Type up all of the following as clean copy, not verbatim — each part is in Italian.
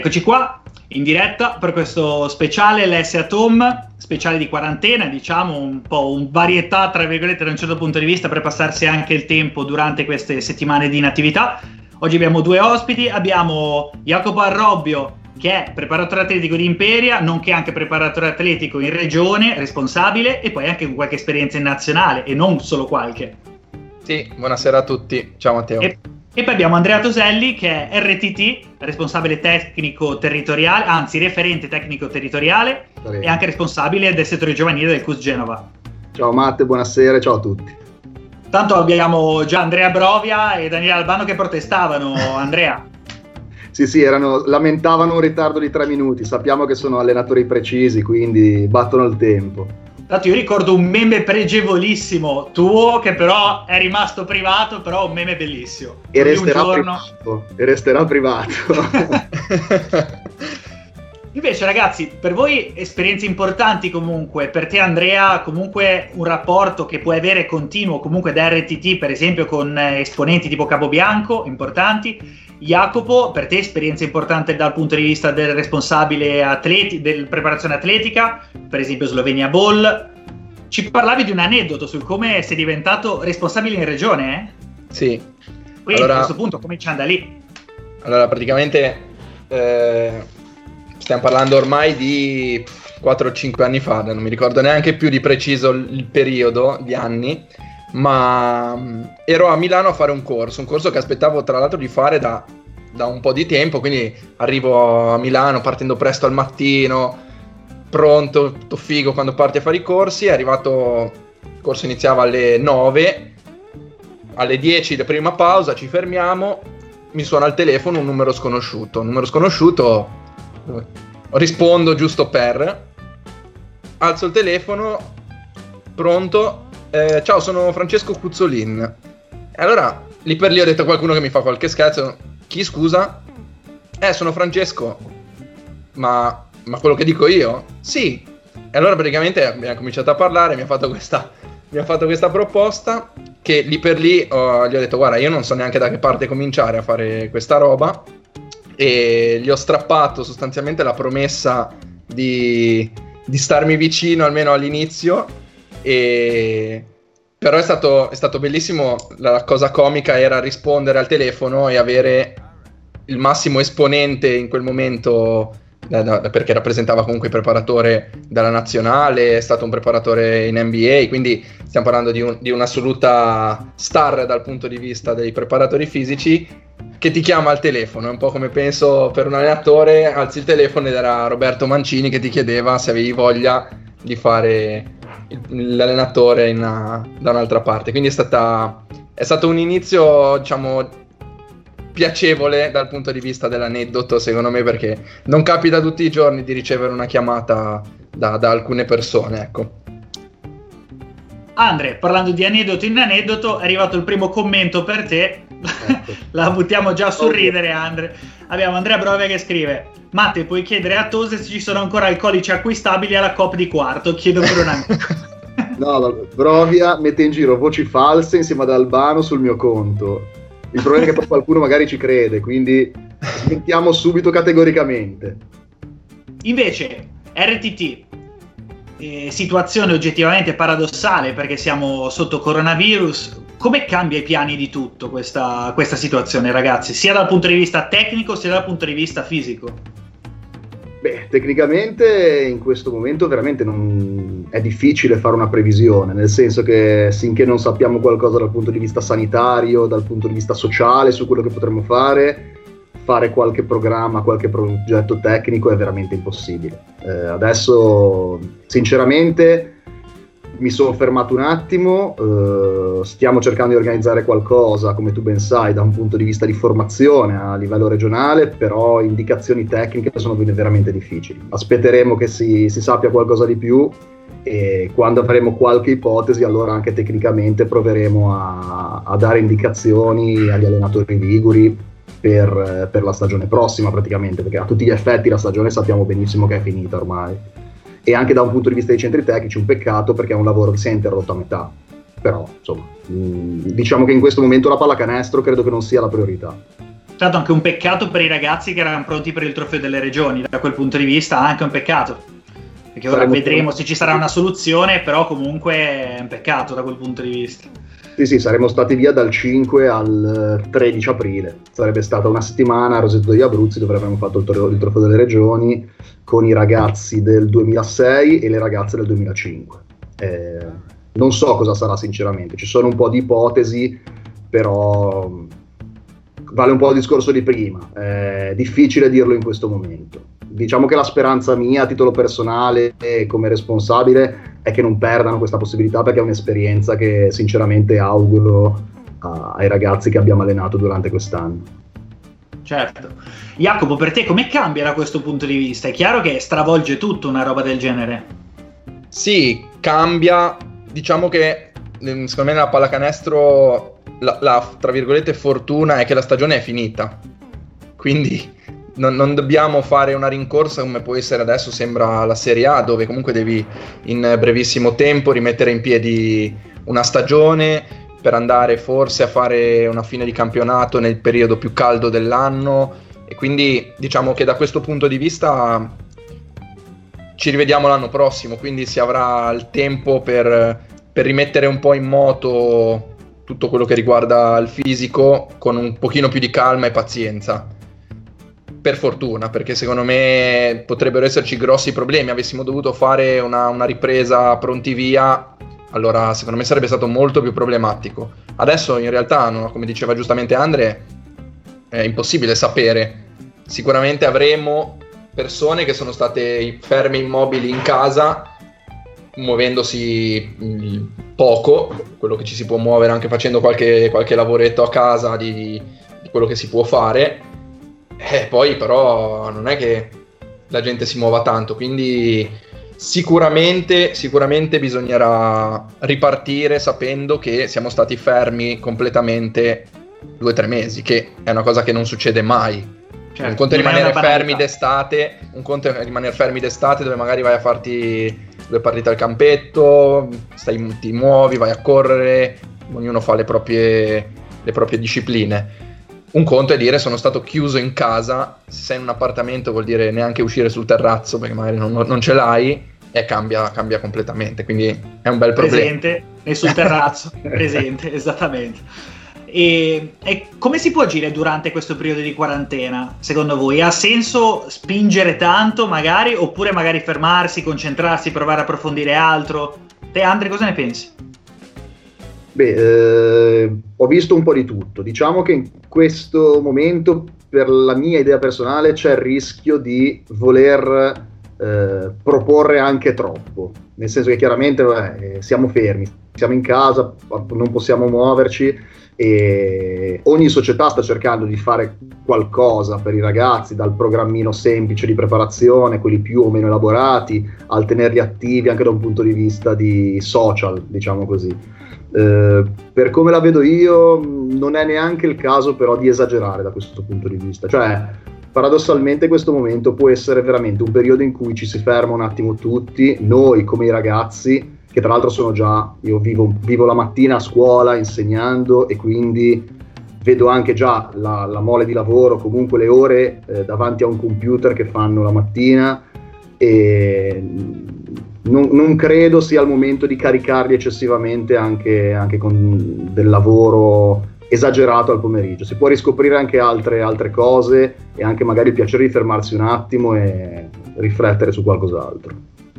Eccoci qua in diretta per questo speciale LS Atom, speciale di quarantena, diciamo un po' un varietà tra virgolette da un certo punto di vista per passarsi anche il tempo durante queste settimane di inattività. Oggi abbiamo due ospiti, abbiamo Jacopo Arrobbio che è preparatore atletico di Imperia, nonché anche preparatore atletico in regione, responsabile, e poi anche con qualche esperienza in nazionale e non solo qualche. Sì, buonasera a tutti, ciao Matteo. E poi abbiamo Andrea Toselli che è RTT, responsabile tecnico territoriale, anzi referente tecnico territoriale e anche responsabile del settore giovanile del CUS Genova. Ciao Matte, buonasera, ciao a tutti. Tanto abbiamo già Andrea Brovia e Daniele Albano che protestavano, Andrea. Sì, lamentavano un ritardo di 3 minuti, sappiamo che sono allenatori precisi, quindi battono il tempo. Tanto io ricordo un meme pregevolissimo tuo che però è rimasto privato, però un meme bellissimo. E resterà privato. Invece ragazzi, per voi esperienze importanti comunque, per te Andrea comunque un rapporto che puoi avere continuo comunque da RTT per esempio con esponenti tipo Capobianco, importanti. Jacopo, per te esperienza importante dal punto di vista del responsabile del preparazione atletica, per esempio Slovenia Ball. Ci parlavi di un aneddoto su come sei diventato responsabile in regione, eh? Sì. Quindi allora, a questo punto cominciamo da lì. Allora praticamente stiamo parlando ormai di 4 o 5 anni fa, non mi ricordo neanche più di preciso il periodo di anni, ma ero a Milano a fare un corso che aspettavo tra l'altro di fare da un po' di tempo, quindi arrivo a Milano partendo presto al mattino, pronto, tutto figo quando parti a fare i corsi. È arrivato, il corso iniziava alle 9, alle 10 la prima pausa, ci fermiamo, mi suona al telefono un numero sconosciuto, rispondo giusto per, alzo il telefono, pronto, ciao, sono Francesco Cuzzolin. E allora lì per lì ho detto a qualcuno che mi fa qualche scherzo. Chi, scusa? Sono Francesco. Ma quello che dico io? Sì. E allora praticamente abbiamo cominciato a parlare, mi ha fatto questa proposta che lì per lì gli ho detto guarda, io non so neanche da che parte cominciare a fare questa roba, e gli ho strappato sostanzialmente la promessa di starmi vicino almeno all'inizio. Però è stato bellissimo. La cosa comica era rispondere al telefono e avere il massimo esponente in quel momento, perché rappresentava comunque il preparatore della nazionale, è stato un preparatore in NBA, quindi stiamo parlando di un'assoluta star dal punto di vista dei preparatori fisici, che ti chiama al telefono. È un po' come penso per un allenatore, alzi il telefono ed era Roberto Mancini che ti chiedeva se avevi voglia di fare l'allenatore da un'altra parte. Quindi è stato un inizio, diciamo, piacevole dal punto di vista dell'aneddoto, secondo me, perché non capita tutti i giorni di ricevere una chiamata da alcune persone, ecco. Andre, parlando di aneddoto in aneddoto, è arrivato il primo commento per te. La buttiamo già sul ridere, Andre. Abbiamo Andrea Brovia che scrive: Matte, puoi chiedere a Tose se ci sono ancora alcolici acquistabili alla Coop di Quarto? Chiedo per un amico. No, Brovia mette in giro voci false insieme ad Albano sul mio conto. Il problema è che poi qualcuno magari ci crede, quindi smettiamo subito categoricamente. Invece RTT, situazione oggettivamente paradossale perché siamo sotto coronavirus. Come cambia i piani di tutto questa situazione, ragazzi, sia dal punto di vista tecnico sia dal punto di vista fisico? Beh, tecnicamente in questo momento veramente non è difficile fare una previsione, nel senso che finché non sappiamo qualcosa dal punto di vista sanitario, dal punto di vista sociale su quello che potremmo fare qualche programma, qualche progetto tecnico è veramente impossibile. Adesso sinceramente mi sono fermato un attimo, stiamo cercando di organizzare qualcosa, come tu ben sai, da un punto di vista di formazione a livello regionale, però indicazioni tecniche sono veramente difficili. Aspetteremo che si sappia qualcosa di più, e quando avremo qualche ipotesi allora anche tecnicamente proveremo a dare indicazioni agli allenatori liguri per la stagione prossima, praticamente, perché a tutti gli effetti la stagione sappiamo benissimo che è finita ormai. E anche da un punto di vista dei centri tecnici un peccato, perché è un lavoro che si è interrotto a metà. Però insomma, diciamo che in questo momento la pallacanestro credo che non sia la priorità. Tra l'altro anche un peccato per i ragazzi che erano pronti per il trofeo delle regioni, da quel punto di vista anche un peccato, perché ora vedremo se ci sarà una soluzione, però comunque è un peccato da quel punto di vista. Sì, saremmo stati via dal 5 al 13 aprile, sarebbe stata una settimana a Roseto degli Abruzzi dove avremmo fatto il trofeo delle regioni con i ragazzi del 2006 e le ragazze del 2005. Non so cosa sarà sinceramente, ci sono un po' di ipotesi, però vale un po' il discorso di prima, è difficile dirlo in questo momento. Diciamo che la speranza mia a titolo personale e come responsabile è che non perdano questa possibilità, perché è un'esperienza che sinceramente auguro ai ragazzi che abbiamo allenato durante quest'anno. Certo. Jacopo, per te come cambia da questo punto di vista? È chiaro che stravolge tutto una roba del genere. Sì, cambia. Diciamo che secondo me nella pallacanestro la tra virgolette fortuna è che la stagione è finita, quindi non dobbiamo fare una rincorsa come può essere adesso, sembra la Serie A, dove comunque devi in brevissimo tempo rimettere in piedi una stagione per andare forse a fare una fine di campionato nel periodo più caldo dell'anno, e quindi diciamo che da questo punto di vista ci rivediamo l'anno prossimo, quindi si avrà il tempo per rimettere un po' in moto tutto quello che riguarda il fisico con un pochino più di calma e pazienza. Per fortuna, perché secondo me potrebbero esserci grossi problemi. Avessimo dovuto fare una ripresa pronti via, allora secondo me sarebbe stato molto più problematico. Adesso in realtà, come diceva giustamente Andre, è impossibile sapere. Sicuramente avremo persone che sono state ferme immobili in casa, muovendosi poco, quello che ci si può muovere, anche facendo qualche lavoretto a casa di quello che si può fare. Poi però non è che la gente si muova tanto, quindi sicuramente bisognerà ripartire sapendo che siamo stati fermi completamente 2 o 3 mesi, che è una cosa che non succede mai. Certo, un conto è rimanere fermi d'estate, dove magari vai a farti 2 partite al campetto, ti muovi, vai a correre, ognuno fa le proprie discipline. Un conto è dire sono stato chiuso in casa, se sei in un appartamento vuol dire neanche uscire sul terrazzo perché magari non ce l'hai, e cambia completamente, quindi è un bel problema. Presente e sul terrazzo, presente, esattamente. E come si può agire durante questo periodo di quarantena, secondo voi? Ha senso spingere tanto magari, oppure magari fermarsi, concentrarsi, provare a approfondire altro? Te Andre, cosa ne pensi? Ho visto un po' di tutto. Diciamo che in questo momento, per la mia idea personale, c'è il rischio di voler proporre anche troppo, nel senso che chiaramente siamo fermi, siamo in casa, non possiamo muoverci, e ogni società sta cercando di fare qualcosa per i ragazzi, dal programmino semplice di preparazione, quelli più o meno elaborati, al tenerli attivi anche da un punto di vista di social, diciamo così. Per come la vedo io, non è neanche il caso però di esagerare da questo punto di vista, cioè paradossalmente questo momento può essere veramente un periodo in cui ci si ferma un attimo tutti, noi come i ragazzi, che tra l'altro io vivo la mattina a scuola insegnando, e quindi vedo anche già la mole di lavoro, comunque le ore davanti a un computer che fanno la mattina, e non credo sia il momento di caricarli eccessivamente anche con del lavoro esagerato al pomeriggio. Si può riscoprire anche altre cose, e anche magari il piacere di fermarsi un attimo e riflettere su qualcos'altro.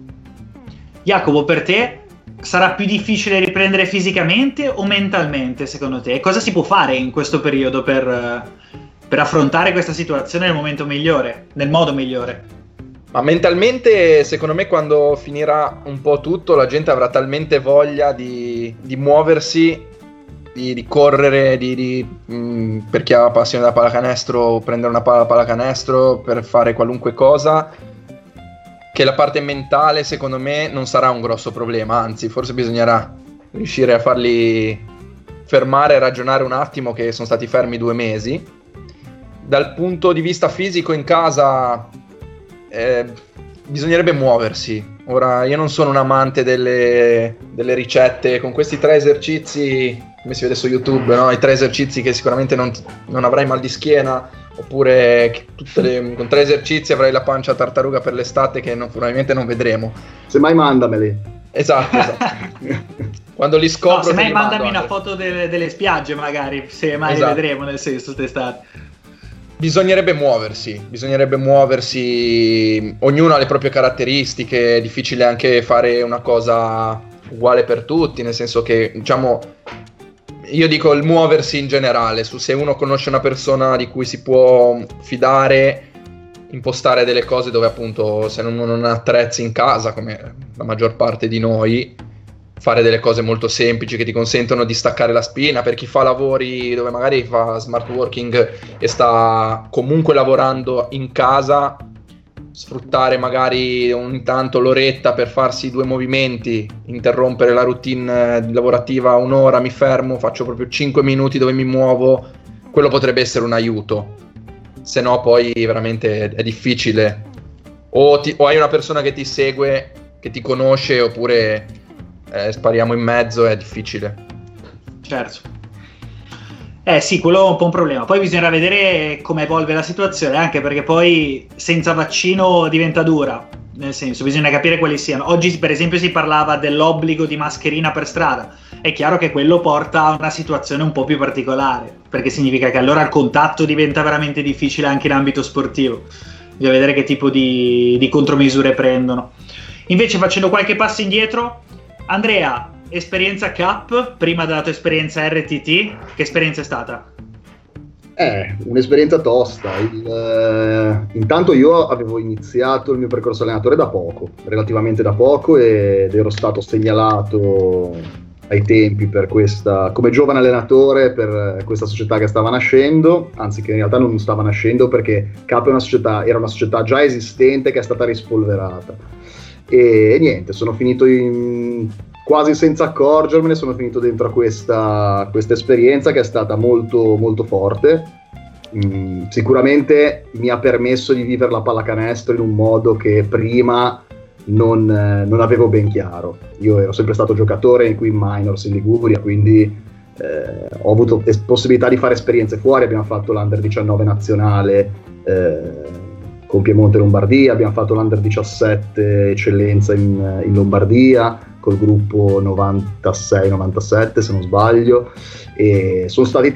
Jacopo, per te sarà più difficile riprendere fisicamente o mentalmente, secondo te? Cosa si può fare in questo periodo per affrontare questa situazione nel momento migliore, nel modo migliore? Ma mentalmente, secondo me, quando finirà un po' tutto, la gente avrà talmente voglia di muoversi, di correre, per chi ha passione da pallacanestro, prendere una palla pallacanestro, per fare qualunque cosa, che la parte mentale, secondo me, non sarà un grosso problema. Anzi, forse bisognerà riuscire a farli fermare e ragionare un attimo, che sono stati fermi 2 mesi. Dal punto di vista fisico, in casa bisognerebbe muoversi. Ora, io non sono un amante delle ricette con questi 3 esercizi, come si vede su YouTube, no? I 3 esercizi che sicuramente non avrai mal di schiena, oppure con 3 esercizi avrai la pancia tartaruga per l'estate che probabilmente non vedremo. Semmai mandameli. Esatto. Quando li scopro, no, semmai mandami una foto delle spiagge, magari, se mai li vedremo, nel senso, quest'estate. Bisognerebbe muoversi, ognuno ha le proprie caratteristiche, è difficile anche fare una cosa uguale per tutti, nel senso che, diciamo, io dico il muoversi in generale, se uno conosce una persona di cui si può fidare, impostare delle cose dove appunto se uno non ha attrezzi in casa, come la maggior parte di noi, fare delle cose molto semplici che ti consentono di staccare la spina. Per chi fa lavori dove magari fa smart working e sta comunque lavorando in casa, sfruttare magari ogni tanto l'oretta per farsi 2 movimenti, interrompere la routine lavorativa, un'ora, mi fermo, faccio proprio 5 minuti dove mi muovo, quello potrebbe essere un aiuto. Se no poi veramente è difficile, o hai una persona che ti segue, che ti conosce, oppure spariamo in mezzo, è difficile. Certo. Sì, quello è un po' un problema. Poi bisognerà vedere come evolve la situazione, anche perché poi senza vaccino diventa dura, nel senso, bisogna capire quali siano. Oggi per esempio si parlava dell'obbligo di mascherina per strada. È chiaro che quello porta a una situazione un po' più particolare, perché significa che allora il contatto diventa veramente difficile anche in ambito sportivo. Bisogna vedere che tipo di contromisure prendono. Invece, facendo qualche passo indietro, Andrea, esperienza Cup prima della tua esperienza RTT, che esperienza è stata? Un'esperienza tosta. Intanto io avevo iniziato il mio percorso allenatore da poco, relativamente da poco, ed ero stato segnalato ai tempi come giovane allenatore per questa società che stava nascendo, anzi che in realtà non stava nascendo, perché Cup era una società già esistente che è stata rispolverata. E niente, sono finito quasi senza accorgermene, sono finito dentro a questa esperienza che è stata molto molto forte. Sicuramente mi ha permesso di vivere la pallacanestro in un modo che prima non avevo ben chiaro. Io ero sempre stato giocatore in Queen Minors in Liguria, quindi ho avuto possibilità di fare esperienze fuori. Abbiamo fatto l'Under 19 nazionale con Piemonte e Lombardia, abbiamo fatto l'Under 17 eccellenza in Lombardia col gruppo 96-97 se non sbaglio, e sono stati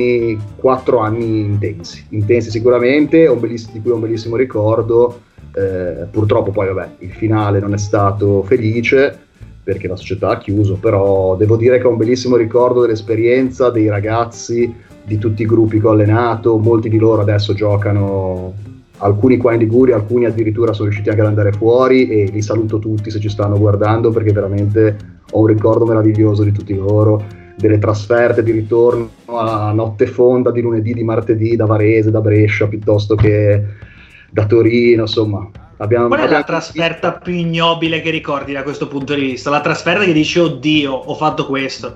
4 anni intensi sicuramente, di cui ho un bellissimo ricordo. Purtroppo poi il finale non è stato felice perché la società ha chiuso, però devo dire che ho un bellissimo ricordo dell'esperienza, dei ragazzi, di tutti i gruppi che ho allenato. Molti di loro adesso giocano, alcuni qua in Liguria, alcuni addirittura sono riusciti anche ad andare fuori, e li saluto tutti se ci stanno guardando, perché veramente ho un ricordo meraviglioso di tutti loro, delle trasferte di ritorno a notte fonda di lunedì, di martedì, da Varese, da Brescia, piuttosto che da Torino, insomma. Qual è la trasferta più ignobile che ricordi da questo punto di vista? La trasferta che dici, oddio, ho fatto questo.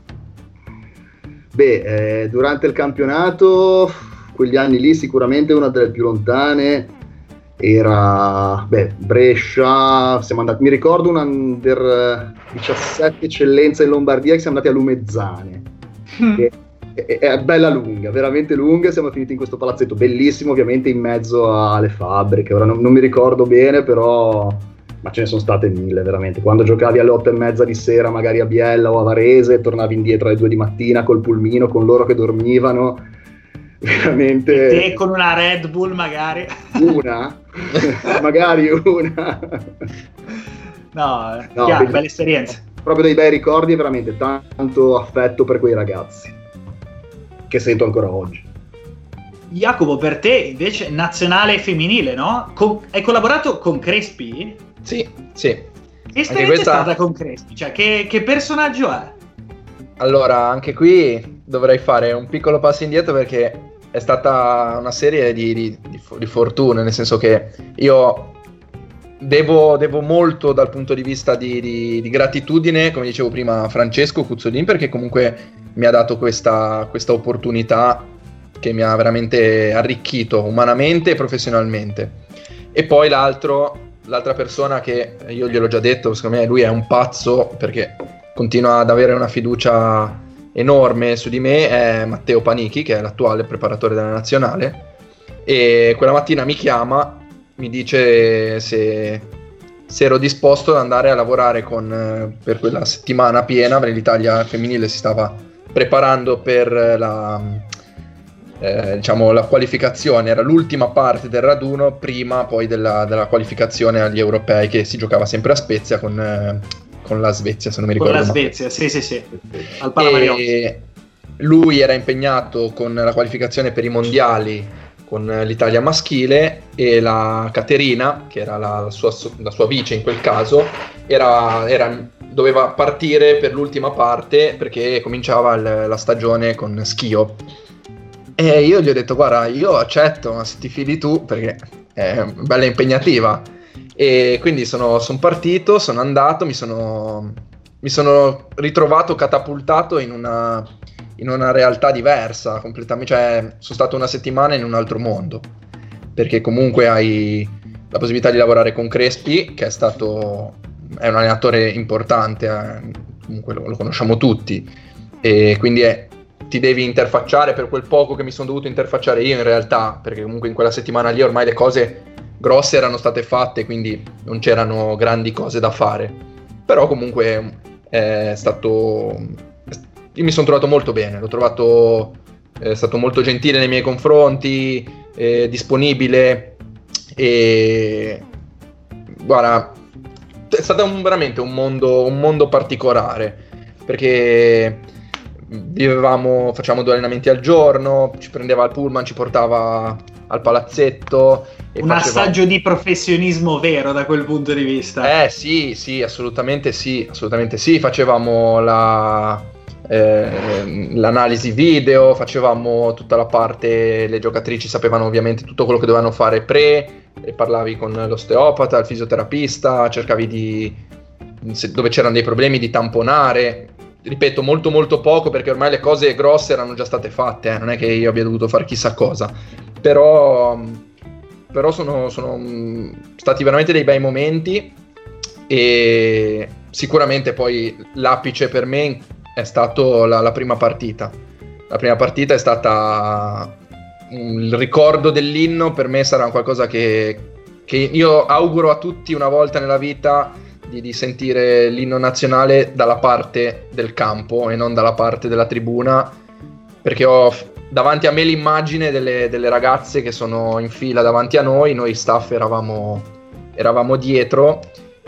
Durante il campionato, quegli anni lì, sicuramente una delle più lontane era Brescia. Siamo andati, mi ricordo un Under 17 eccellenza in Lombardia, che siamo andati a Lumezzane, che è bella lunga, veramente lunga. Siamo finiti in questo palazzetto bellissimo, ovviamente in mezzo alle fabbriche. Ora non mi ricordo bene, però ma ce ne sono state 1000 veramente. Quando giocavi alle 8:30 di sera magari a Biella o a Varese, tornavi indietro alle 2 di mattina col pulmino, con loro che dormivano, veramente. E te con una Red Bull magari? Una? Magari una. No, chiaro, belle esperienze. Proprio dei bei ricordi e veramente tanto affetto per quei ragazzi, che sento ancora oggi. Jacopo, per te invece nazionale femminile, no? Hai collaborato con Crespi? Sì. Che esperienza è stata con Crespi? Cioè, che personaggio è? Allora, anche qui dovrei fare un piccolo passo indietro, perché è stata una serie di fortune, nel senso che io devo molto dal punto di vista di gratitudine, come dicevo prima, a Francesco Cuzzolin, perché comunque mi ha dato questa opportunità che mi ha veramente arricchito umanamente e professionalmente. E poi l'altra persona, che io gliel'ho già detto, secondo me lui è un pazzo, perché continua ad avere una fiducia enorme su di me, è Matteo Panichi, che è l'attuale preparatore della nazionale, e quella mattina mi chiama, mi dice se ero disposto ad andare a lavorare per quella settimana piena, perché l'Italia femminile si stava preparando per la qualificazione, era l'ultima parte del raduno prima poi della qualificazione agli europei, che si giocava sempre a Spezia con la Svezia, se non mi ricordo. Con la Svezia, sì, al Palamariotto. E lui era impegnato con la qualificazione per i mondiali con l'Italia maschile, e la Caterina, che era la sua vice in quel caso, doveva partire per l'ultima parte perché cominciava la stagione con Schio. E io gli ho detto: guarda, io accetto, ma se ti fidi tu, perché è bella impegnativa. E quindi sono partito, sono andato, mi sono ritrovato catapultato in una realtà diversa completamente, cioè sono stato una settimana in un altro mondo, perché comunque hai la possibilità di lavorare con Crespi, che è un allenatore importante, comunque lo conosciamo tutti, e quindi ti devi interfacciare per quel poco che mi sono dovuto interfacciare io in realtà, perché comunque in quella settimana lì ormai le cose grosse erano state fatte, quindi non c'erano grandi cose da fare, però comunque io mi sono trovato molto bene, è stato molto gentile nei miei confronti, disponibile, e guarda, è stato veramente un mondo particolare, perché facevamo 2 allenamenti al giorno, ci prendeva al pullman, ci portava al palazzetto. Un assaggio di professionismo vero da quel punto di vista. Sì, assolutamente sì. Facevamo l'analisi video, facevamo tutta la parte, le giocatrici sapevano ovviamente tutto quello che dovevano fare e parlavi con l'osteopata, il fisioterapista, cercavi dove c'erano dei problemi di tamponare. Ripeto, molto molto poco, perché ormai le cose grosse erano già state fatte, non è che io abbia dovuto fare chissà cosa, però sono stati veramente dei bei momenti, e sicuramente poi l'apice per me è stato la prima partita. La prima partita è stata il ricordo dell'inno, per me sarà qualcosa che io auguro a tutti una volta nella vita, di sentire l'inno nazionale dalla parte del campo e non dalla parte della tribuna, perché ho davanti a me l'immagine delle ragazze che sono in fila davanti a noi staff eravamo dietro,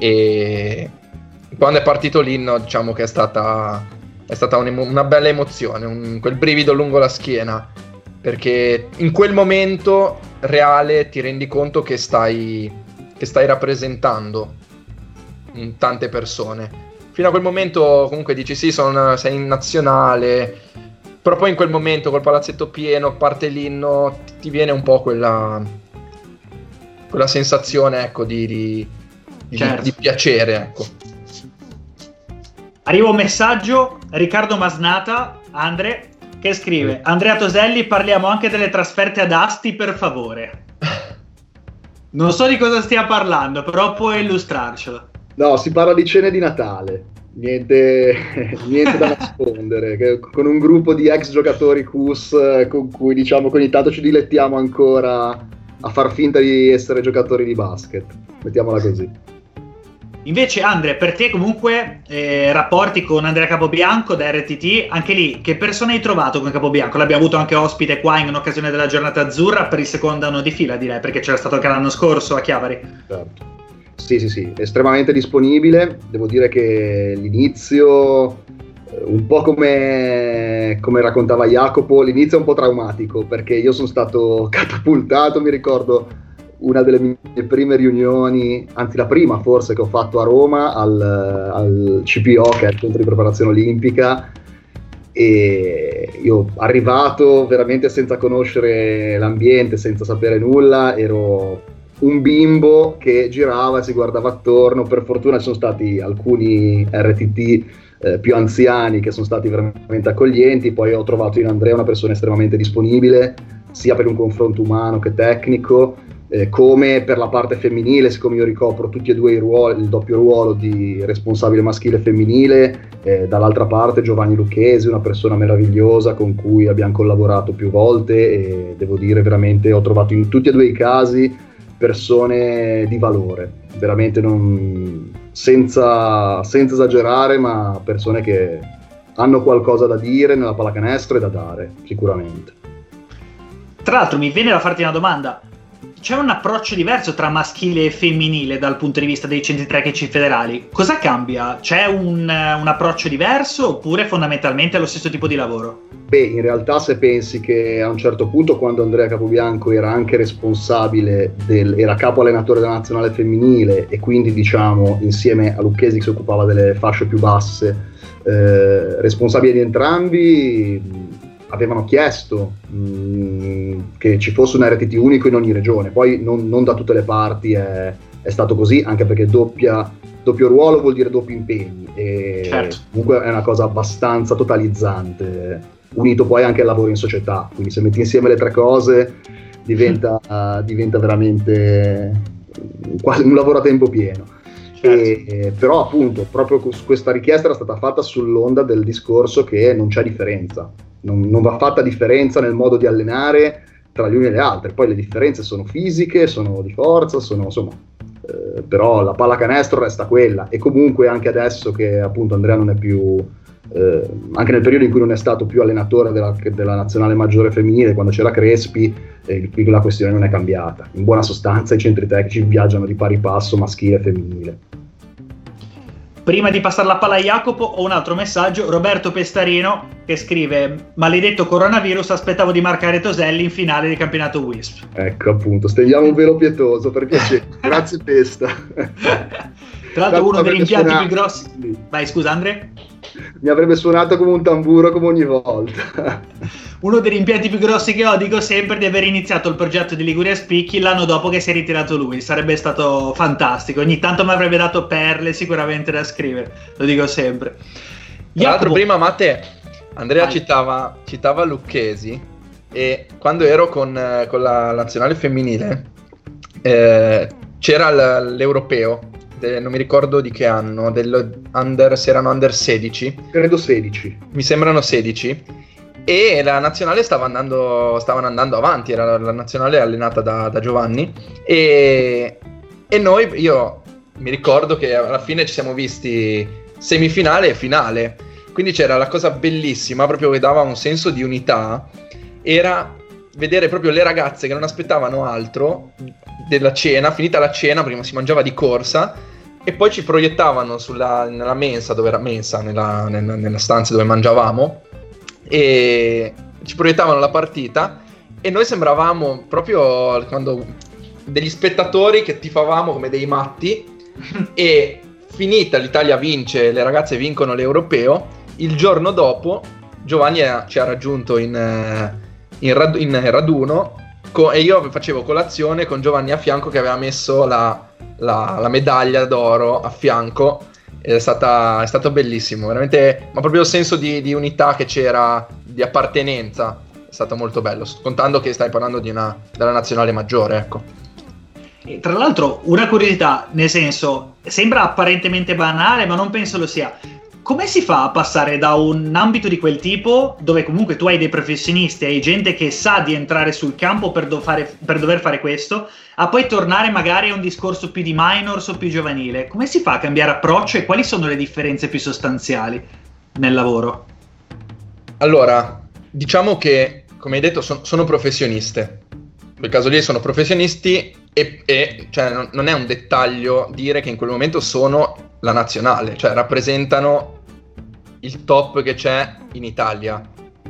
e quando è partito l'inno, diciamo che è stata una bella emozione, quel brivido lungo la schiena, perché in quel momento reale ti rendi conto che stai rappresentando tante persone. Fino a quel momento comunque dici sì, sei in nazionale, però poi in quel momento col palazzetto pieno, parte l'inno, ti viene un po' quella sensazione, ecco, di piacere, ecco. Arriva un messaggio, Riccardo Masnata, Andre, che scrive: Andrea Toselli, parliamo anche delle trasferte ad Asti, per favore. Non so di cosa stia parlando, però puoi illustrarcelo. No, si parla di cene di Natale, niente da nascondere, con un gruppo di ex giocatori CUS con cui, diciamo, ogni tanto ci dilettiamo ancora a far finta di essere giocatori di basket, mettiamola così. Invece, Andre, per te comunque rapporti con Andrea Capobianco da RTT, anche lì che persona hai trovato con Capobianco? L'abbiamo avuto anche ospite qua in un'occasione della giornata azzurra per il secondo anno di fila, direi, perché c'era stato anche l'anno scorso a Chiavari. Certo. Sì, estremamente disponibile. Devo dire che l'inizio, un po' come raccontava Jacopo, l'inizio è un po' traumatico, perché io sono stato catapultato, mi ricordo una delle mie prime riunioni, anzi la prima forse, che ho fatto a Roma al CPO, che è il centro di preparazione olimpica, e io arrivato veramente senza conoscere l'ambiente, senza sapere nulla, ero un bimbo che girava e si guardava attorno. Per fortuna ci sono stati alcuni RTT più anziani che sono stati veramente accoglienti. Poi ho trovato in Andrea una persona estremamente disponibile, sia per un confronto umano che tecnico, come per la parte femminile, siccome io ricopro tutti e due i ruoli, il doppio ruolo di responsabile maschile e femminile, dall'altra parte Giovanni Lucchesi, una persona meravigliosa con cui abbiamo collaborato più volte, e devo dire veramente ho trovato in tutti e due i casi persone di valore, veramente senza esagerare, ma persone che hanno qualcosa da dire nella pallacanestro e da dare, sicuramente. Tra l'altro mi viene da farti una domanda: c'è un approccio diverso tra maschile e femminile dal punto di vista dei centri tecnici federali? Cosa cambia? C'è un approccio diverso oppure fondamentalmente è lo stesso tipo di lavoro? Beh, in realtà se pensi che a un certo punto, quando Andrea Capobianco era anche responsabile era capo allenatore della nazionale femminile e quindi diciamo insieme a Lucchesi che si occupava delle fasce più basse, responsabili di entrambi, avevano chiesto che ci fosse un RTT unico in ogni regione. Poi non da tutte le parti è stato così, anche perché doppio ruolo vuol dire doppi impegni, e certo, comunque è una cosa abbastanza totalizzante, unito poi anche al lavoro in società, quindi se metti insieme le tre cose diventa veramente quasi un lavoro a tempo pieno. Certo. Però appunto proprio questa richiesta era stata fatta sull'onda del discorso che non c'è differenza, non va fatta differenza nel modo di allenare tra gli uni e le altre, poi le differenze sono fisiche, sono di forza, sono insomma, però la pallacanestro resta quella, e comunque anche adesso che appunto Andrea non è più, anche nel periodo in cui non è stato più allenatore della nazionale maggiore femminile, quando c'era Crespi, la questione non è cambiata. In buona sostanza i centri tecnici viaggiano di pari passo maschile e femminile. Prima di passare la palla a Jacopo ho un altro messaggio. Roberto Pestarino che scrive: maledetto coronavirus, aspettavo di marcare Toselli in finale del campionato WISP. Ecco appunto, stendiamo un velo pietoso per piacere. Grazie Pesta. Tra l'altro uno dei rimpianti più grossi. Vai, scusa Andre. Mi avrebbe suonato come un tamburo come ogni volta. Uno dei rimpianti più grossi che ho, dico sempre, di aver iniziato il progetto di Liguria Spicchi l'anno dopo che si è ritirato lui. Sarebbe stato fantastico, ogni tanto mi avrebbe dato perle sicuramente da scrivere, lo dico sempre. Tra l'altro prima Matte, Andrea citava Lucchesi, e quando ero con la nazionale femminile c'era l'europeo, non mi ricordo di che anno, se erano under 16, credo 16, mi sembrano 16, e la nazionale stavano andando avanti, era la nazionale allenata da Giovanni, e io mi ricordo che alla fine ci siamo visti semifinale e finale, quindi c'era la cosa bellissima, proprio che dava un senso di unità, era vedere proprio le ragazze che non aspettavano altro della cena, finita la cena, prima si mangiava di corsa, e poi ci proiettavano nella mensa, dove era mensa, nella stanza dove mangiavamo, e ci proiettavano la partita, e noi sembravamo proprio quando degli spettatori che tifavamo come dei matti. E finita l'Italia vince, le ragazze vincono l'europeo, il giorno dopo Giovanni ci ha raggiunto in raduno, e io facevo colazione con Giovanni a fianco che aveva messo la medaglia d'oro a fianco. È stato bellissimo, veramente, ma proprio il senso di unità che c'era, di appartenenza, è stato molto bello, contando che stai parlando della nazionale maggiore, ecco. E tra l'altro una curiosità, nel senso, sembra apparentemente banale ma non penso lo sia: come si fa a passare da un ambito di quel tipo, dove comunque tu hai dei professionisti, hai gente che sa di entrare sul campo per dover fare questo, a poi tornare magari a un discorso più di minors o più giovanile? Come si fa a cambiare approccio e quali sono le differenze più sostanziali nel lavoro? Allora, diciamo che, come hai detto, sono professioniste. In quel caso lì sono professionisti, e cioè non è un dettaglio dire che in quel momento sono la nazionale, cioè rappresentano il top che c'è in Italia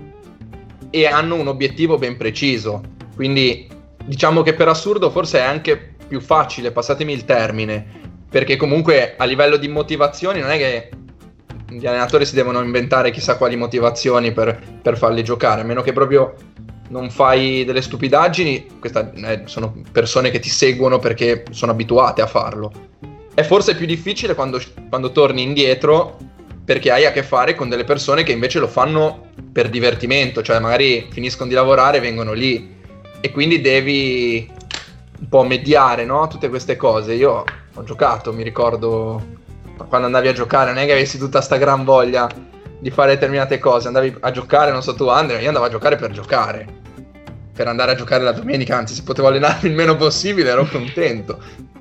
e hanno un obiettivo ben preciso, quindi diciamo che per assurdo forse è anche più facile, passatemi il termine, perché comunque a livello di motivazioni non è che gli allenatori si devono inventare chissà quali motivazioni per farli giocare, a meno che proprio non fai delle stupidaggini. Sono persone che ti seguono perché sono abituate a farlo. È forse più difficile quando torni indietro, perché hai a che fare con delle persone che invece lo fanno per divertimento, cioè magari finiscono di lavorare e vengono lì, e quindi devi un po' mediare, no? Tutte queste cose. Io ho giocato, mi ricordo quando andavi a giocare, non è che avessi tutta sta gran voglia di fare determinate cose, andavi a giocare, non so tu Andrea, io andavo a giocare, per andare a giocare la domenica, anzi se potevo allenarmi il meno possibile ero contento.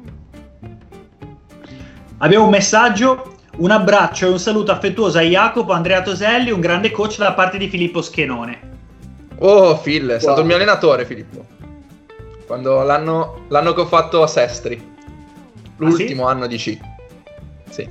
Abbiamo un messaggio, un abbraccio e un saluto affettuoso a Jacopo, Andrea Toselli, un grande coach da parte di Filippo Schenone. Oh Phil, è stato il mio allenatore Filippo, quando l'anno che ho fatto a Sestri, l'ultimo anno di C. Sì.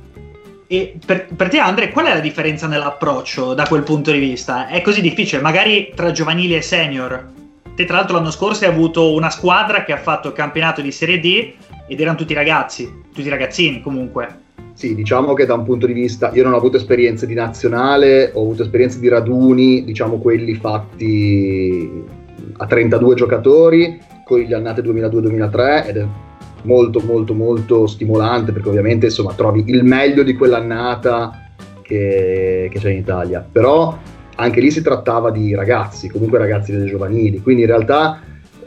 E per te Andrea, qual è la differenza nell'approccio da quel punto di vista? È così difficile, magari tra giovanili e senior? Te tra l'altro l'anno scorso hai avuto una squadra che ha fatto il campionato di Serie D ed erano tutti ragazzi, tutti ragazzini comunque. Sì, diciamo che da un punto di vista, io non ho avuto esperienze di nazionale, ho avuto esperienze di raduni, diciamo quelli fatti a 32 giocatori, con gli annate 2002-2003, ed è molto molto molto stimolante, perché ovviamente insomma trovi il meglio di quell'annata che c'è in Italia, però anche lì si trattava di ragazzi, comunque ragazzi delle giovanili, quindi in realtà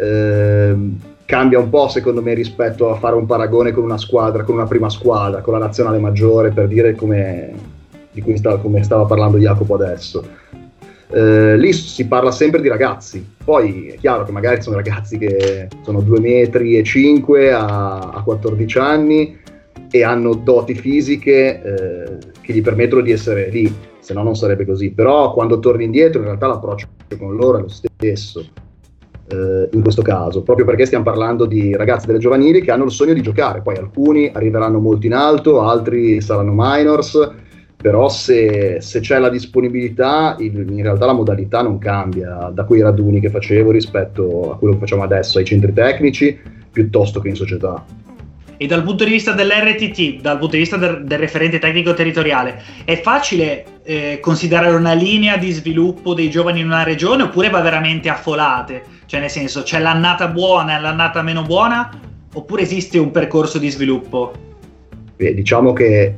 cambia un po' secondo me rispetto a fare un paragone con una squadra, con una prima squadra, con la nazionale maggiore, per dire come stava parlando Jacopo adesso. Lì si parla sempre di ragazzi, poi è chiaro che magari sono ragazzi che sono 2,5 m a 14 anni e hanno doti fisiche che gli permettono di essere lì, se no non sarebbe così, però quando torni indietro in realtà l'approccio con loro è lo stesso, in questo caso, proprio perché stiamo parlando di ragazzi delle giovanili che hanno il sogno di giocare, poi alcuni arriveranno molto in alto, altri saranno minors, però se c'è la disponibilità, in realtà la modalità non cambia da quei raduni che facevo rispetto a quello che facciamo adesso ai centri tecnici, piuttosto che in società. E dal punto di vista dell'RTT, dal punto di vista del referente tecnico territoriale, è facile considerare una linea di sviluppo dei giovani in una regione, oppure va veramente a folate? Cioè nel senso, c'è l'annata buona e l'annata meno buona, oppure esiste un percorso di sviluppo? Beh, diciamo che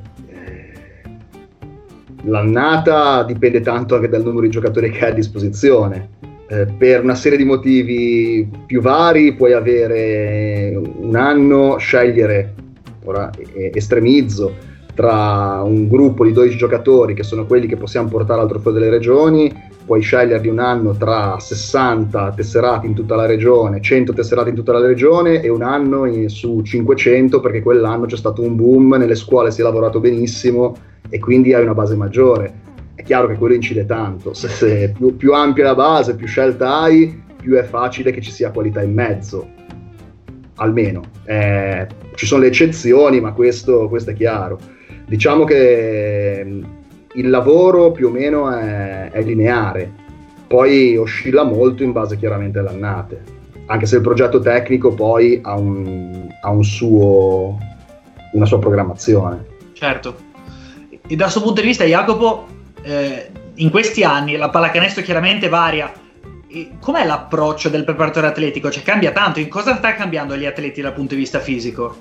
l'annata dipende tanto anche dal numero di giocatori che hai a disposizione. Per una serie di motivi più vari puoi avere un anno, scegliere, ora estremizzo, tra un gruppo di 12 giocatori che sono quelli che possiamo portare al trofeo delle regioni, puoi sceglierli un anno tra 60 tesserati in tutta la regione, 100 tesserati in tutta la regione, e un anno su 500 perché quell'anno c'è stato un boom, nelle scuole si è lavorato benissimo e quindi hai una base maggiore. È chiaro che quello incide tanto, se più ampia la base, più scelta hai, più è facile che ci sia qualità in mezzo, almeno. Ci sono le eccezioni, ma questo è chiaro. Diciamo che il lavoro più o meno è lineare, poi oscilla molto in base chiaramente alle annate, anche se il progetto tecnico poi ha una sua programmazione. Certo. E dal suo punto di vista, Jacopo, in questi anni la pallacanestro chiaramente varia. Com'è l'approccio del preparatore atletico? Cioè cambia tanto? In cosa sta cambiando gli atleti dal punto di vista fisico?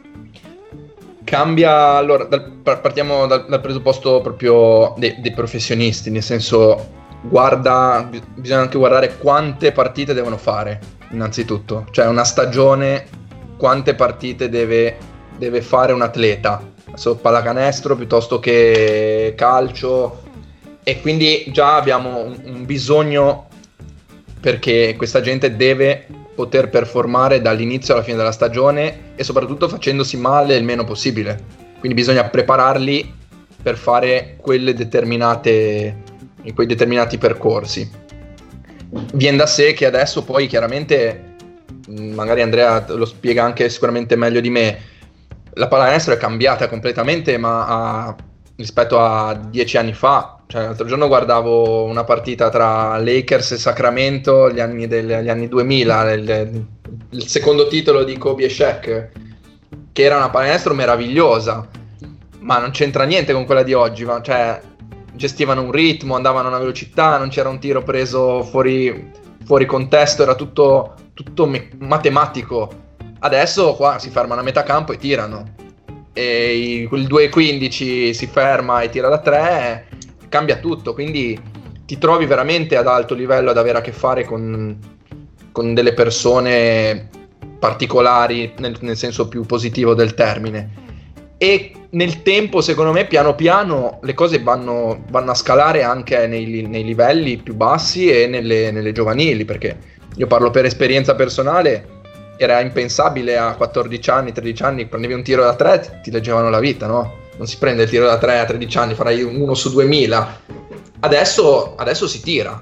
Cambia, allora, partiamo dal presupposto proprio dei professionisti, nel senso, bisogna anche guardare quante partite devono fare, innanzitutto. Cioè una stagione, quante partite deve fare un atleta, adesso pallacanestro piuttosto che calcio, e quindi già abbiamo un bisogno, perché questa gente deve poter performare dall'inizio alla fine della stagione e soprattutto facendosi male il meno possibile, quindi bisogna prepararli per fare quei determinati percorsi. Viene da sé che adesso poi chiaramente, magari Andrea lo spiega anche sicuramente meglio di me, la pallacanestro è cambiata completamente, ma rispetto a 10 anni fa. Cioè, l'altro giorno guardavo una partita tra Lakers e Sacramento, gli anni 2000, il secondo titolo di Kobe e Shaq, che era una pallacanestro meravigliosa, ma non c'entra niente con quella di oggi. Cioè, gestivano un ritmo, andavano a una velocità, non c'era un tiro preso fuori contesto, era tutto matematico. Adesso qua si fermano a metà campo e tirano, e quel 2,15 si ferma e tira da 3, cambia tutto, quindi ti trovi veramente ad alto livello ad avere a che fare con delle persone particolari nel senso più positivo del termine. E nel tempo, secondo me, piano piano le cose vanno a scalare anche nei livelli più bassi e nelle giovanili, perché io parlo per esperienza personale. Era impensabile a 14 anni, 13 anni, prendevi un tiro da 3, ti leggevano la vita, no? Non si prende il tiro da 3 a 13 anni, farai 1 su 2000. Adesso si tira.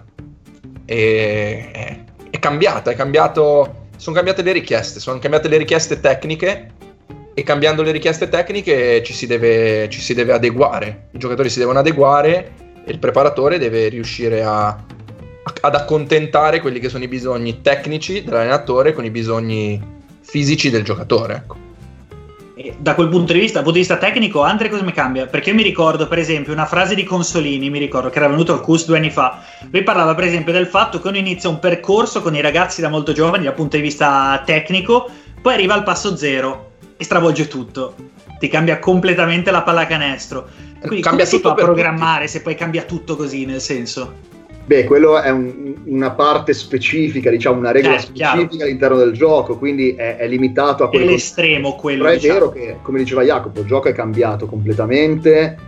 È cambiato, sono cambiate le richieste tecniche, e cambiando le richieste tecniche ci si deve adeguare. I giocatori si devono adeguare e il preparatore deve riuscire ad accontentare quelli che sono i bisogni tecnici dell'allenatore con i bisogni fisici del giocatore, ecco. E da quel punto di vista tecnico, Andre, cosa mi cambia? Perché io mi ricordo, per esempio, una frase di Consolini, mi ricordo che era venuto al CUS 2 anni fa. Lui parlava, per esempio, del fatto che uno inizia un percorso con i ragazzi da molto giovani dal punto di vista tecnico, poi arriva al passo 0 e stravolge tutto, ti cambia completamente la pallacanestro. Quindi cambia come si tutto fa a per programmare tutti. Se poi cambia tutto così, nel senso? Beh, quello è una parte specifica, diciamo una regola specifica chiaro. all'interno del gioco, quindi è limitato a È l'estremo quello. Però è diciamo. vero che, come diceva Jacopo, il gioco è cambiato completamente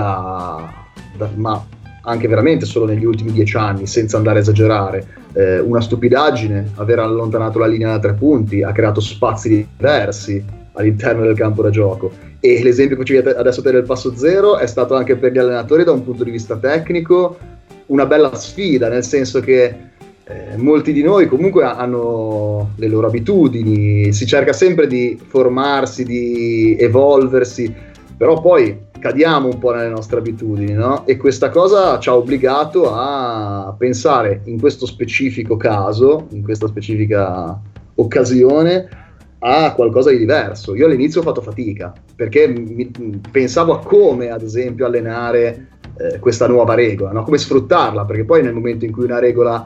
ma anche veramente solo negli ultimi 10 anni, senza andare a esagerare. Una stupidaggine aver allontanato la linea da 3 punti, ha creato spazi diversi all'interno del campo da gioco, e l'esempio che ci adesso del passo 0 è stato anche per gli allenatori da un punto di vista tecnico una bella sfida, nel senso che molti di noi comunque hanno le loro abitudini, si cerca sempre di formarsi, di evolversi, però poi cadiamo un po' nelle nostre abitudini, no? E questa cosa ci ha obbligato a pensare in questo specifico caso, in questa specifica occasione, a qualcosa di diverso. Io all'inizio ho fatto fatica, perché pensavo a come, ad esempio, allenare questa nuova regola, no? Come sfruttarla, perché poi nel momento in cui una regola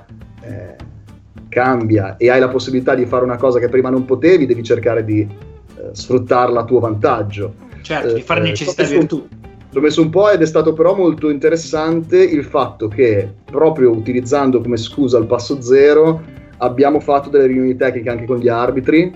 cambia e hai la possibilità di fare una cosa che prima non potevi, devi cercare di sfruttarla a tuo vantaggio. Certo, di fare necessità e virtù. L'ho messo un po', ed è stato però molto interessante il fatto che, proprio utilizzando come scusa il passo 0, abbiamo fatto delle riunioni tecniche anche con gli arbitri,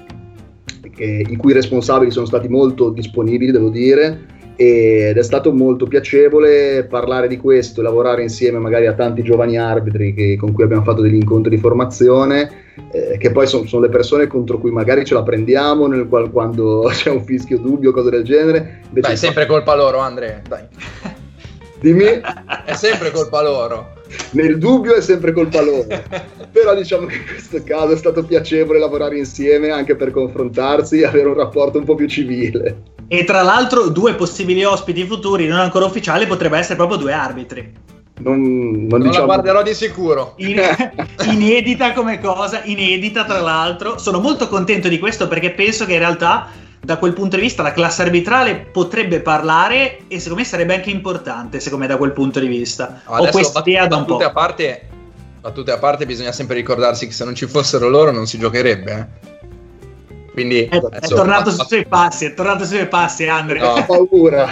i cui responsabili sono stati molto disponibili, devo dire, ed è stato molto piacevole parlare di questo e lavorare insieme magari a tanti giovani arbitri con cui abbiamo fatto degli incontri di formazione, che poi sono le persone contro cui magari ce la prendiamo quando c'è un fischio dubbio, cose del genere. Invece dai, è sempre colpa loro, Andre, dai. Dimmi? È sempre colpa loro. Nel dubbio è sempre colpa loro. Però diciamo che in questo caso è stato piacevole lavorare insieme, anche per confrontarsi e avere un rapporto un po' più civile. E tra l'altro 2 possibili ospiti futuri non ancora ufficiali potrebbe essere proprio 2 arbitri. Non diciamo... la guarderò di sicuro. Inedita come cosa, inedita tra l'altro. Sono molto contento di questo, perché penso che in realtà da quel punto di vista la classe arbitrale potrebbe parlare, e secondo me sarebbe anche importante, secondo me, da quel punto di vista. Ho questa idea da un po'. Battute a parte, bisogna sempre ricordarsi che se non ci fossero loro non si giocherebbe, Quindi è tornato sui suoi passi, Andre. No, ho paura.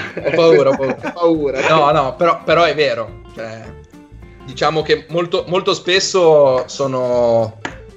No, però è vero. Cioè, diciamo che molto spesso sono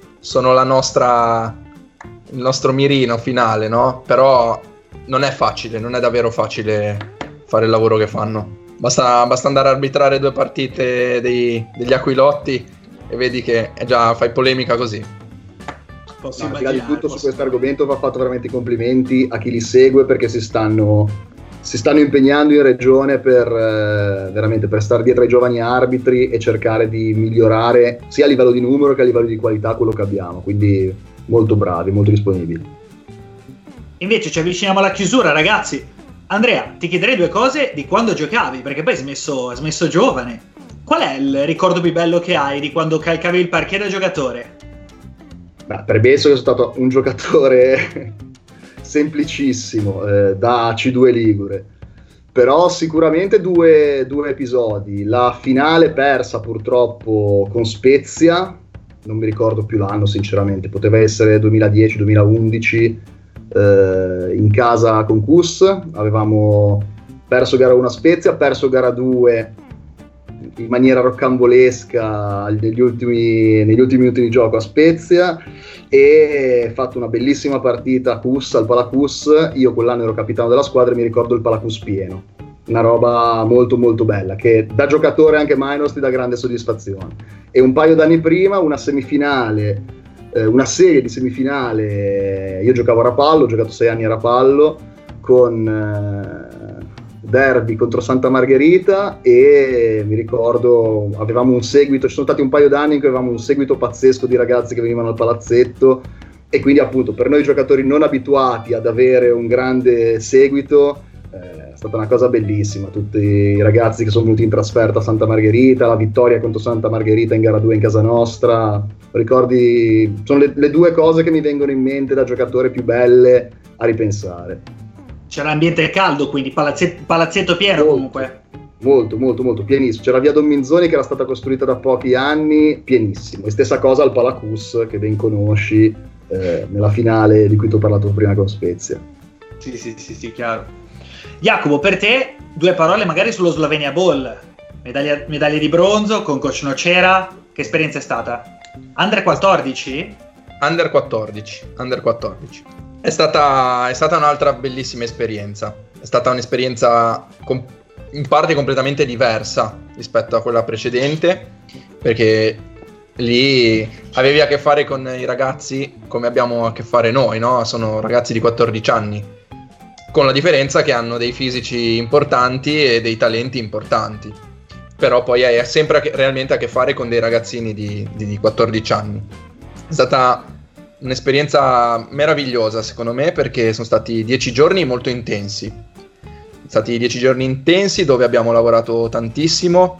il nostro mirino finale, no? Però non è davvero facile fare il lavoro che fanno. Basta andare a arbitrare 2 partite degli Aquilotti e vedi che già fai polemica così. Al di là di tutto, su questo argomento va fatto veramente i complimenti a chi li segue, perché si stanno impegnando in regione per veramente per stare dietro ai giovani arbitri e cercare di migliorare sia a livello di numero che a livello di qualità quello che abbiamo, quindi molto bravi, molto disponibili. Invece ci avviciniamo alla chiusura, ragazzi. Andrea, ti chiederei 2 cose di quando giocavi, perché poi hai smesso giovane. Qual è il ricordo più bello che hai di quando calcavi il parquet da giocatore? Premesso che sono stato un giocatore semplicissimo, da C2 Ligure, però sicuramente due episodi. La finale persa purtroppo con Spezia, non mi ricordo più l'anno sinceramente, poteva essere 2010-2011, in casa con CUS. Avevamo perso gara 1 a Spezia, perso gara 2 in maniera roccambolesca negli ultimi minuti di gioco a Spezia, e fatto una bellissima partita al Palacus. Io quell'anno ero capitano della squadra e mi ricordo il Palacus pieno, una roba molto molto bella, che da giocatore anche minors ti dà grande soddisfazione. E un paio d'anni prima una serie di semifinale, io giocavo a Rapallo, ho giocato 6 anni a Rapallo, con derby contro Santa Margherita, e mi ricordo avevamo un seguito, ci sono stati un paio d'anni in cui avevamo un seguito pazzesco di ragazzi che venivano al palazzetto, e quindi appunto per noi giocatori non abituati ad avere un grande seguito è stata una cosa bellissima. Tutti i ragazzi che sono venuti in trasferta a Santa Margherita, la vittoria contro Santa Margherita in gara 2 in casa nostra, ricordi, sono le due cose che mi vengono in mente da giocatore più belle a ripensare. C'era ambiente caldo, quindi palazzetto pieno. Molto, comunque molto molto molto pienissimo. C'era via Don Minzoni che era stata costruita da pochi anni, pienissimo, e stessa cosa al Palacus che ben conosci, nella finale di cui ti ho parlato prima con Spezia. Sì, chiaro. Jacopo, per te 2 parole magari sullo Slovenia Ball, medaglia di bronzo con coach Nocera, che esperienza è stata? Under 14? Under 14. È stata un'altra bellissima esperienza. È stata un'esperienza in parte completamente diversa rispetto a quella precedente, perché lì avevi a che fare con i ragazzi come abbiamo a che fare noi, no? Sono ragazzi di 14 anni, con la differenza che hanno dei fisici importanti e dei talenti importanti, però poi hai sempre realmente a che fare con dei ragazzini di 14 anni. È stata un'esperienza meravigliosa secondo me, perché sono stati 10 giorni molto intensi. Sono stati 10 giorni intensi dove abbiamo lavorato tantissimo,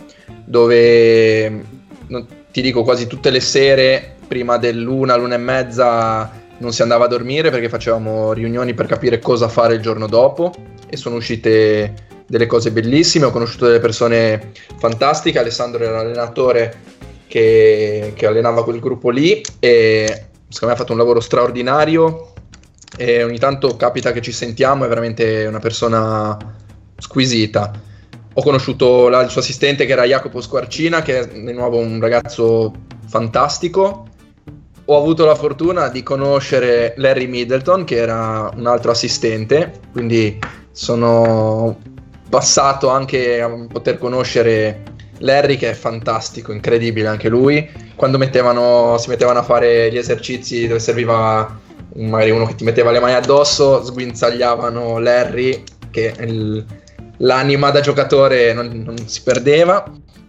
dove ti dico quasi tutte le sere prima dell'1 e mezza non si andava a dormire, perché facevamo riunioni per capire cosa fare il giorno dopo, e sono uscite delle cose bellissime. Ho conosciuto delle persone fantastiche. Alessandro era l'allenatore che allenava quel gruppo lì, e secondo me ha fatto un lavoro straordinario, e ogni tanto capita che ci sentiamo, è veramente una persona squisita. Ho conosciuto il suo assistente, che era Jacopo Squarcina, che è di nuovo un ragazzo fantastico. Ho avuto la fortuna di conoscere Larry Middleton, che era un altro assistente, quindi sono passato anche a poter conoscere Larry, che è fantastico, incredibile anche lui. Quando si mettevano a fare gli esercizi dove serviva magari uno che ti metteva le mani addosso, sguinzagliavano Larry, che l'anima da giocatore non si perdeva.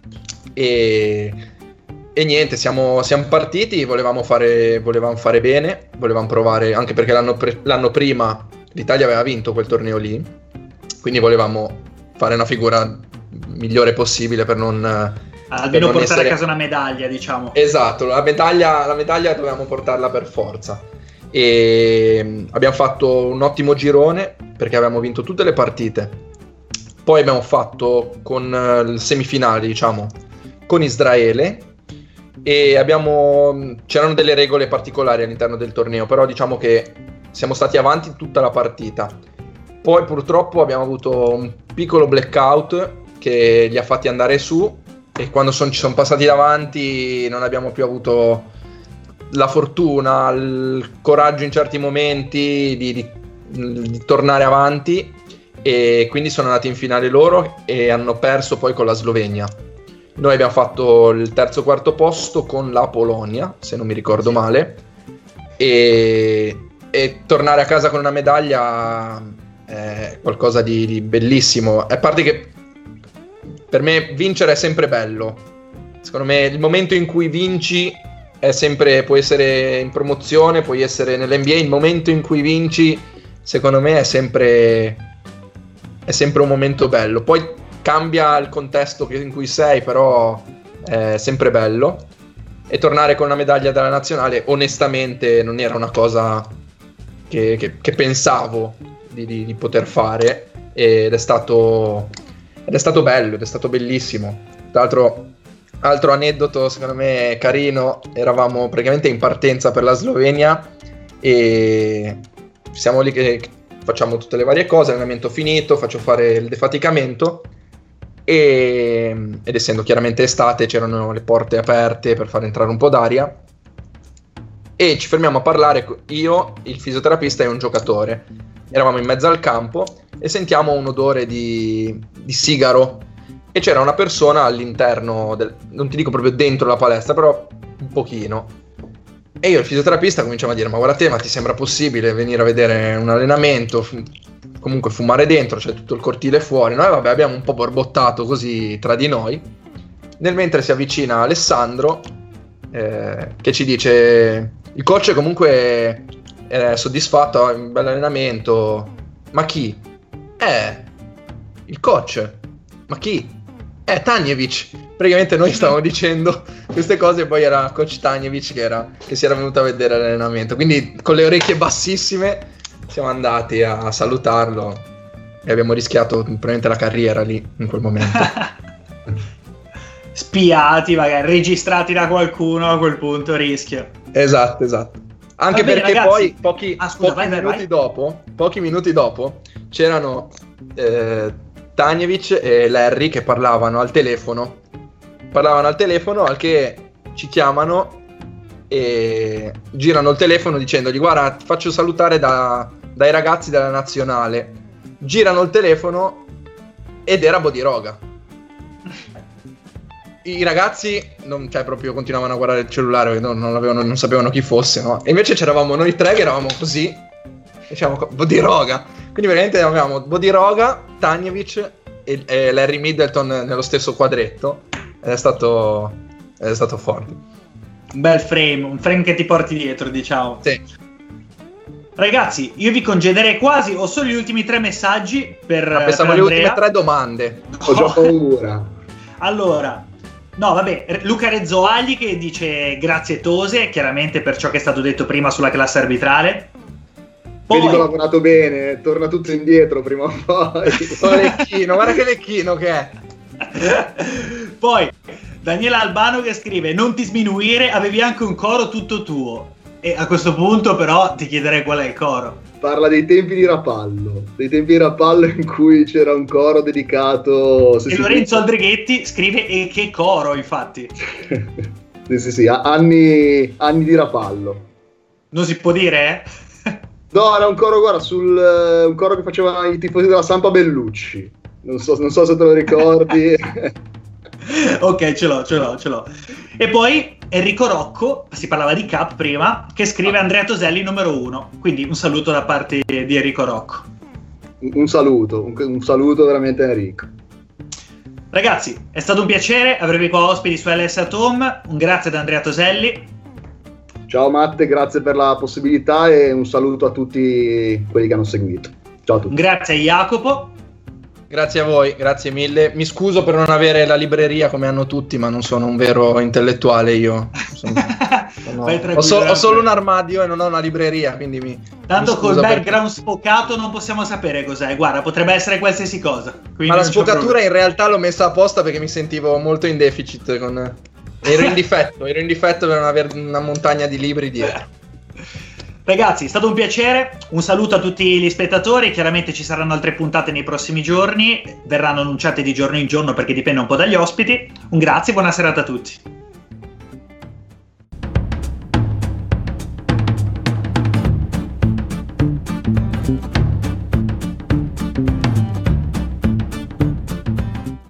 E niente, siamo partiti, volevamo fare bene, volevamo provare, anche perché l'anno prima l'Italia aveva vinto quel torneo lì, quindi volevamo fare una figura migliore possibile per non almeno portare a casa una medaglia, diciamo. Esatto, la medaglia dovevamo portarla per forza, e abbiamo fatto un ottimo girone perché avevamo vinto tutte le partite. Poi abbiamo fatto con il semifinale, diciamo, con Israele, e c'erano delle regole particolari all'interno del torneo, però diciamo che siamo stati avanti tutta la partita. Poi purtroppo abbiamo avuto un piccolo blackout che li ha fatti andare su, e quando ci sono passati davanti non abbiamo più avuto la fortuna, il coraggio in certi momenti di tornare avanti, e quindi sono andati in finale loro e hanno perso poi con la Slovenia. Noi abbiamo fatto il terzo-quarto posto con la Polonia, se non mi ricordo male, e tornare a casa con una medaglia è qualcosa di bellissimo. A parte che per me vincere è sempre bello. Secondo me il momento in cui vinci può essere in promozione, puoi essere nell'NBA, il momento in cui vinci secondo me è sempre un momento bello. Poi cambia il contesto in cui sei, però è sempre bello. E tornare con una medaglia della nazionale onestamente non era una cosa che pensavo di poter fare, ed è stato bello, ed è stato bellissimo. Tra l'altro, altro aneddoto secondo me carino, eravamo praticamente in partenza per la Slovenia e siamo lì che facciamo tutte le varie cose, allenamento finito, faccio fare il defaticamento ed essendo chiaramente estate c'erano le porte aperte per far entrare un po' d'aria, e ci fermiamo a parlare, io, il fisioterapista e un giocatore. Eravamo in mezzo al campo e sentiamo un odore di sigaro, e c'era una persona all'interno non ti dico proprio dentro la palestra, però un pochino. E io, il fisioterapista, cominciamo a dire: ma guarda te, ma ti sembra possibile venire a vedere un allenamento, comunque fumare dentro, c'è tutto il cortile fuori? Noi vabbè, abbiamo un po' borbottato così tra di noi. Nel mentre si avvicina Alessandro, che ci dice: il coach comunque è soddisfatto, un bel allenamento. Ma chi? Il coach. Ma chi? Tanjevic. Praticamente noi stavamo dicendo queste cose e poi era coach Tanjevic che si era venuto a vedere l'allenamento. Quindi con le orecchie bassissime siamo andati a salutarlo e abbiamo rischiato probabilmente la carriera lì in quel momento. Spiati, magari registrati da qualcuno, a quel punto rischio. Esatto. Anche bene, perché ragazzi, poi pochi minuti dopo c'erano Tanjevic e Larry che parlavano al telefono, al che ci chiamano e girano il telefono dicendogli: guarda, ti faccio salutare dai ragazzi della nazionale. Girano il telefono ed era Bodiroga. I ragazzi proprio continuavano a guardare il cellulare perché non sapevano chi fosse, no? E invece c'eravamo noi tre che eravamo così, diciamo Bodiroga. Quindi veramente avevamo Bodiroga, Tanjevic e Larry Middleton nello stesso quadretto. Ed è stato forte. Un bel un frame che ti porti dietro, diciamo. Sì. Ragazzi, io vi congederei quasi, ho solo gli ultimi 3 messaggi per pensavo le ultime 3 domande. Ho già paura. Allora, no, vabbè, Luca Rezzoagli che dice grazie Tose, chiaramente per ciò che è stato detto prima sulla classe arbitrale. Poi ho lavorato bene, torna tutto indietro prima o poi. Lecchino, guarda che lecchino che è. Poi Daniela Albano che scrive: non ti sminuire, avevi anche un coro tutto tuo. E a questo punto però ti chiederei qual è il coro. Parla dei tempi di Rapallo in cui c'era un coro dedicato. E Lorenzo Aldrighetti scrive: e che coro, infatti. sì, anni di Rapallo. Non si può dire, No, era un coro, guarda, un coro che facevano i tifosi della Sampa Bellucci. Non so se te lo ricordi. Ok, ce l'ho. E poi Enrico Rocco, si parlava di Cap prima, che scrive Andrea Toselli numero 1. Quindi un saluto da parte di Enrico Rocco. Un saluto veramente a Enrico. Ragazzi, è stato un piacere avervi qua ospiti su LS Atom. Un grazie da Andrea Toselli. Ciao Matte, grazie per la possibilità e un saluto a tutti quelli che hanno seguito. Ciao a tutti. Grazie a Jacopo. Grazie a voi, grazie mille. Mi scuso per non avere la libreria come hanno tutti, ma non sono un vero intellettuale io. Ho solo un armadio e non ho una libreria, quindi tanto col background sfocato non possiamo sapere cos'è. Guarda, potrebbe essere qualsiasi cosa. Ma la sfocatura in realtà l'ho messa apposta perché mi sentivo molto in deficit ero in difetto per non avere una montagna di libri dietro. Ragazzi, è stato un piacere, un saluto a tutti gli spettatori, chiaramente ci saranno altre puntate nei prossimi giorni, verranno annunciate di giorno in giorno perché dipende un po' dagli ospiti. Un grazie, buona serata a tutti.